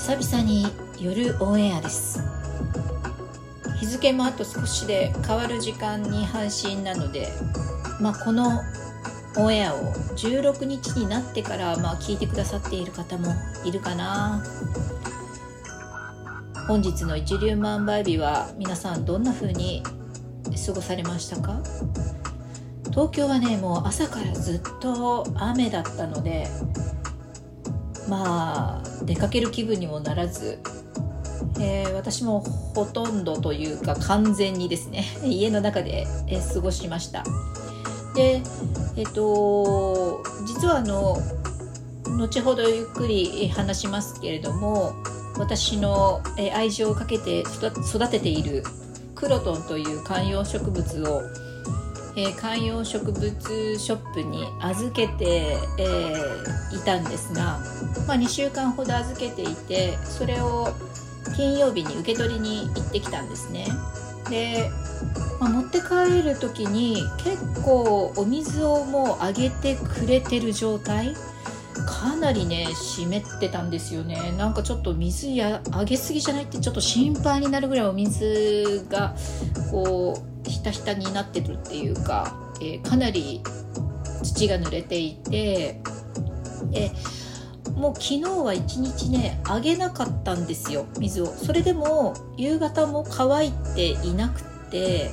久々に夜オンエアです。日付もあと少しで変わる時間に配信なので、このオンエアを16日になってから聞いてくださっている方もいるかな。本日の一粒万倍日は皆さんどんな風に過ごされましたか？東京はね、もう朝からずっと雨だったので、出かける気分にもならず、私もほとんどというか完全にですね、家の中で過ごしました。で、実は後ほどゆっくり話しますけれども、私の愛情をかけて育てているクロトンという観葉植物を観葉植物ショップに預けて、いたんですが、2週間ほど預けていて、それを金曜日に受け取りに行ってきたんですね。で、持って帰る時に結構お水をもうあげてくれてる状態、かなりね湿ってたんですよね。なんかちょっと水あげすぎじゃないってちょっと心配になるぐらいお水がこうひたひたになってるっていうか、かなり土が濡れていて、もう昨日は一日ねあげなかったんですよ、水を。それでも夕方も乾いていなくて、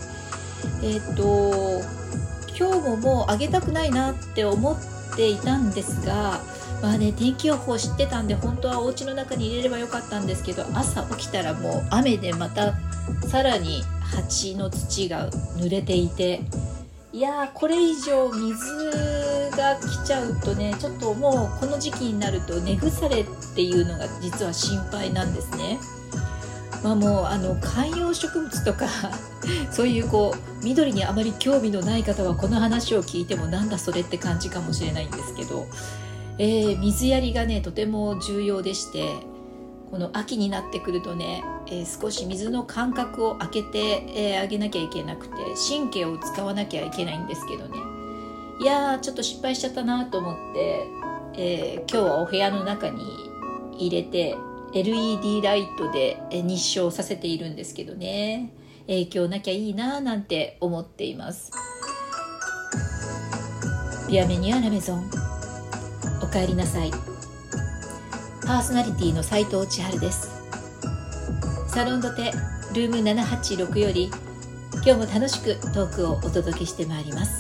今日ももうあげたくないなって思っていたんですが、天気予報知ってたんで本当はお家の中に入れればよかったんですけど、朝起きたらもう雨でまたさらに鉢の土が濡れていて、これ以上水が来ちゃうとね、ちょっともうこの時期になると根腐れっていうのが実は心配なんですね。もう観葉植物とかそういう緑にあまり興味のない方はこの話を聞いてもなんだそれって感じかもしれないんですけど、水やりがねとても重要でして、この秋になってくるとね、少し水の間隔を空けて、あげなきゃいけなくて神経を使わなきゃいけないんですけどね、ちょっと失敗しちゃったなと思って、今日はお部屋の中に入れて LED ライトで日照させているんですけどね、影響なきゃいいななんて思っています。ビアメニュアラメゾン、おかえりなさい。パーソナリティの斉藤千春です。サロンドテルーム786より今日も楽しくトークをお届けしてまいります。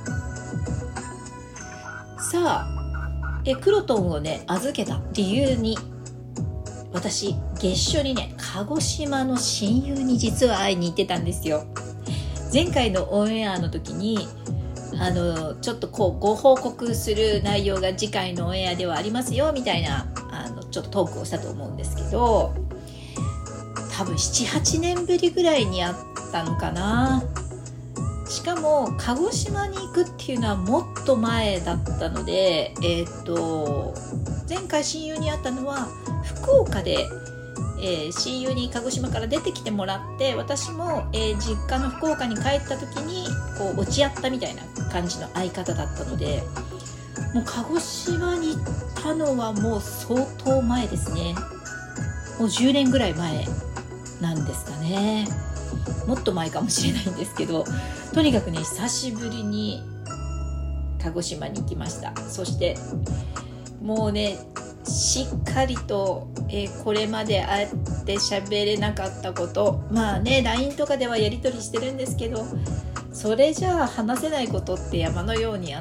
さあ、クロトンをね預けた理由に、私月初にね鹿児島の親友に実は会いに行ってたんですよ。前回のオンエアの時にちょっとご報告する内容が次回のオンエアではありますよみたいなちょっとトークをしたと思うんですけど、多分 7,8 年ぶりぐらいに会ったのかな。しかも鹿児島に行くっていうのはもっと前だったので、前回親友に会ったのは福岡で、親友に鹿児島から出てきてもらって、私も、実家の福岡に帰った時に落ち合ったみたいな感じの相方だったので、もう鹿児島に行ったのはもう相当前ですね。もう10年ぐらい前なんですかね。もっと前かもしれないんですけど、とにかくね久しぶりに鹿児島に行きました。そしてもうねしっかりと、これまで会って喋れなかったこと、LINE とかではやり取りしてるんですけど、それじゃあ話せないことって山のようにあって、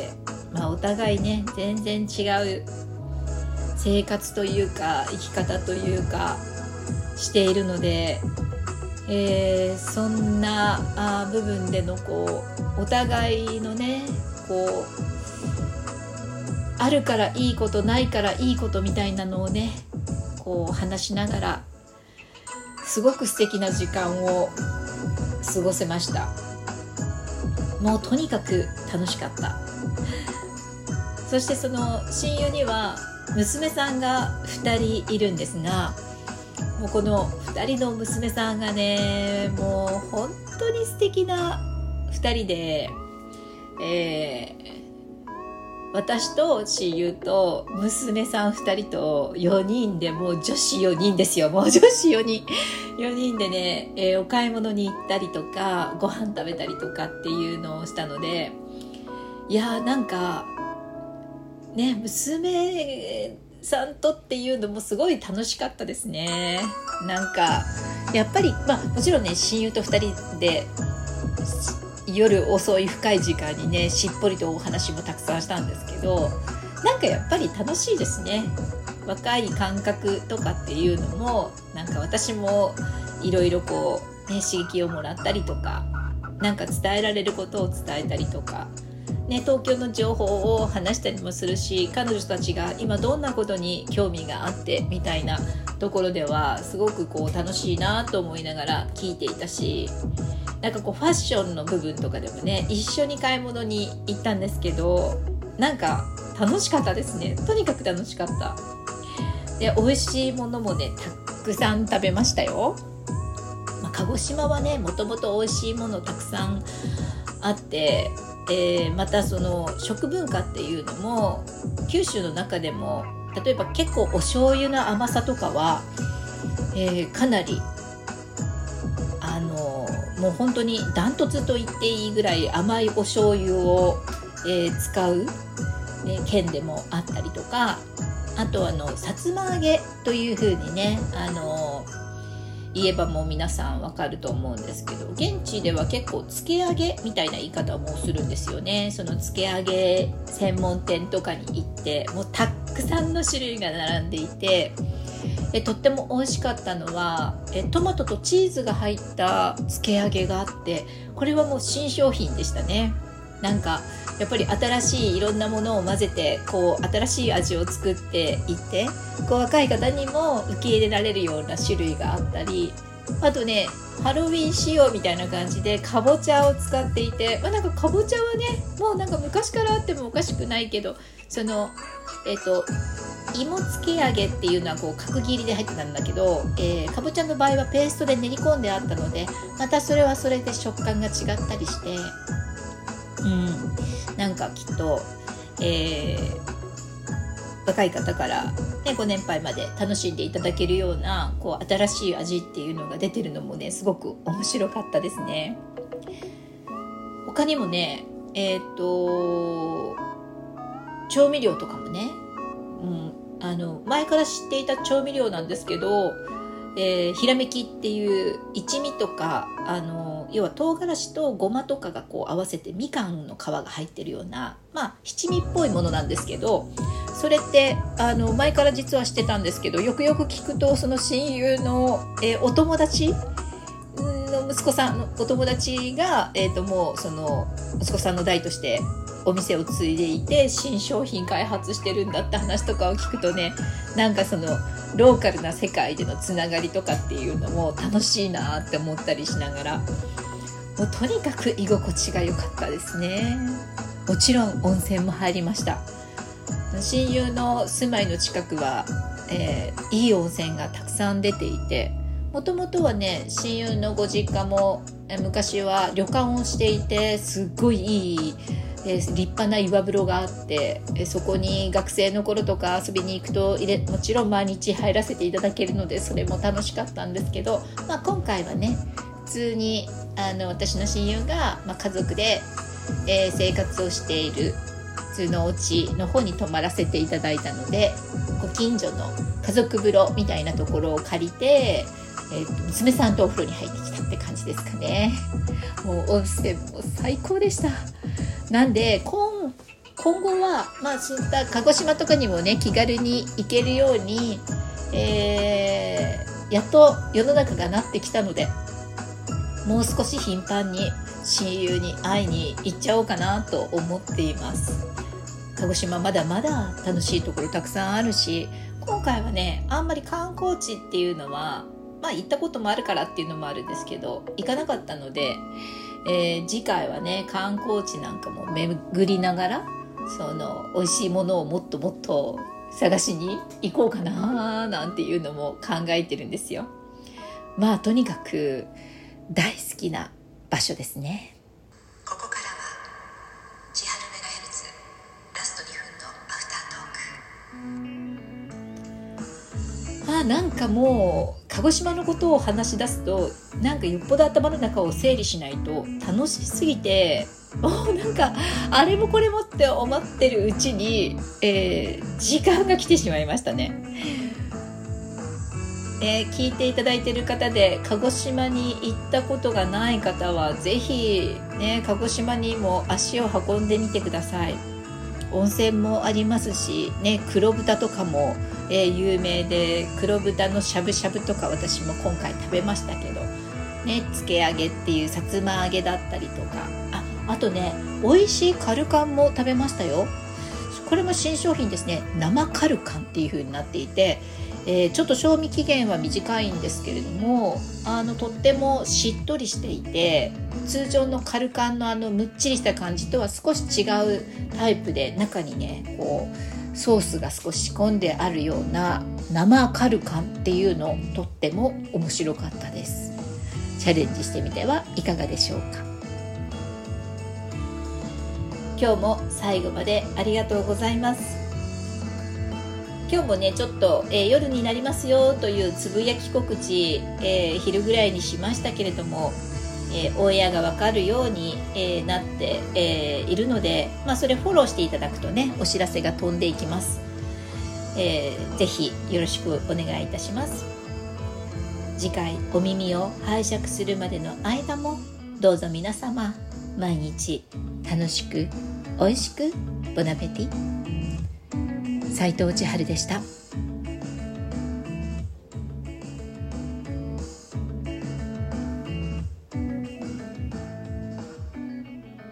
お互いね全然違う生活というか生き方というかしているので、そんな部分でのお互いのねあるからいいことないからいいことみたいなのをね話しながらすごく素敵な時間を過ごせました。もうとにかく楽しかった。そしてその親友には娘さんが2人いるんですが、もうこの2人の娘さんがねもう本当に素敵な2人で、 私と親友と娘さん2人と4人で、もう女子4人ですよ。もう女子4人でね、お買い物に行ったりとかご飯食べたりとかっていうのをしたので、いやなんかね、娘さんとっていうのもすごい楽しかったですね。なんかやっぱりもちろんね、親友と2人で夜遅い深い時間にね、しっぽりとお話もたくさんしたんですけど、なんかやっぱり楽しいですね。若い感覚とかっていうのも、なんか私もいろいろこう、ね、刺激をもらったりとか、なんか伝えられることを伝えたりとか、ね、東京の情報を話したりもするし、彼女たちが今どんなことに興味があってみたいなところではすごくこう楽しいなと思いながら聞いていたし、なんかこうファッションの部分とかでもね、一緒に買い物に行ったんですけど、なんか楽しかったですね。とにかく楽しかった。で、美味しいものもね、たくさん食べましたよ。鹿児島はね、もともと美味しいものたくさんあって、またその食文化っていうのも九州の中でも、例えば結構お醤油の甘さとかは、かなりもう本当にダントツと言っていいぐらい甘いお醤油を、使う、県でもあったりとか、あとさつま揚げという風にね、言えばもう皆さんわかると思うんですけど、現地では結構つけ揚げみたいな言い方もするんですよね。そのつけ揚げ専門店とかに行って、もうたくさんの種類が並んでいて、とっても美味しかったのは、トマトとチーズが入ったつけ揚げがあって、これはもう新商品でしたね。なんかやっぱり新しいいろんなものを混ぜて、こう新しい味を作っていって、こう若い方にも受け入れられるような種類があったり、あとね、ハロウィン仕様みたいな感じでかぼちゃを使っていて、なんかかぼちゃはね、もうなんか昔からあってもおかしくないけど、その芋つけ揚げっていうのはこう角切りで入ってたんだけど、かぼちゃの場合はペーストで練り込んであったので、またそれはそれで食感が違ったりして、なんかきっと、若い方から、ね、ご年配まで楽しんでいただけるようなこう新しい味っていうのが出てるのもね、すごく面白かったですね。他にもね、調味料とかもね、前から知っていた調味料なんですけど、ひらめきっていう一味とか、要は唐辛子とごまとかがこう合わせてみかんの皮が入ってるような、七味っぽいものなんですけど、それって前から実は知ってたんですけど、よくよく聞くと、その親友の、お友達の息子さんのお友達が、もうその息子さんの代としてお店を継いでいて、新商品開発してるんだって話とかを聞くとね、なんかそのローカルな世界でのつながりとかっていうのも楽しいなって思ったりしながら、もうとにかく居心地が良かったですね。もちろん温泉も入りました。親友の住まいの近くは、いい温泉がたくさん出ていて、もともとはね、親友のご実家も、昔は旅館をしていて、すっごいいい、立派な岩風呂があって、そこに学生の頃とか遊びに行くともちろん毎日入らせていただけるので、それも楽しかったんですけど、今回はね、普通に私の親友が、家族で、生活をしている普通のお家の方に泊まらせていただいたので、ご近所の家族風呂みたいなところを借りて、娘さんとお風呂に入ってきたって感じですかね。もう温泉も最高でした。なんで今後は、そういった鹿児島とかにもね、気軽に行けるように、やっと世の中がなってきたので、もう少し頻繁に親友に会いに行っちゃおうかなと思っています。鹿児島まだまだ楽しいところたくさんあるし、今回はね、あんまり観光地っていうのは、行ったこともあるからっていうのもあるんですけど、行かなかったので、次回はね、観光地なんかも巡りながら、その美味しいものをもっともっと探しに行こうかななんていうのも考えてるんですよ。とにかく大好きな場所ですね。 ここからは千春メガヘルツラスト2分なんかもう鹿児島のことを話し出すとなんかよっぽど頭の中を整理しないと楽しすぎて、なんかあれもこれもって思ってるうちに、時間が来てしまいましたね。聞いていただいている方で鹿児島に行ったことがない方はぜひ、ね、鹿児島にも足を運んでみてください。温泉もありますし、ね、黒豚とかも、有名で、黒豚のしゃぶしゃぶとか私も今回食べましたけど、ね、つけ揚げっていうさつま揚げだったりとか、あとね、美味しいカルカンも食べましたよ。これも新商品ですね。生カルカンっていう風になっていて、ちょっと賞味期限は短いんですけれども、とってもしっとりしていて、通常のカルカンのむっちりした感じとは少し違うタイプで、中にねこうソースが少し仕込んであるような生カルカンっていうのとっても面白かったです。チャレンジしてみてはいかがでしょうか。今日も最後までありがとうございます。今日もねちょっと、夜になりますよというつぶやき告知、昼ぐらいにしましたけれども、オンエアが分かるように、なって、いるので、それフォローしていただくとねお知らせが飛んでいきます。ぜひよろしくお願いいたします。次回お耳を拝借するまでの間もどうぞ皆様毎日楽しくおいしくボナペティ。斉藤千春でした。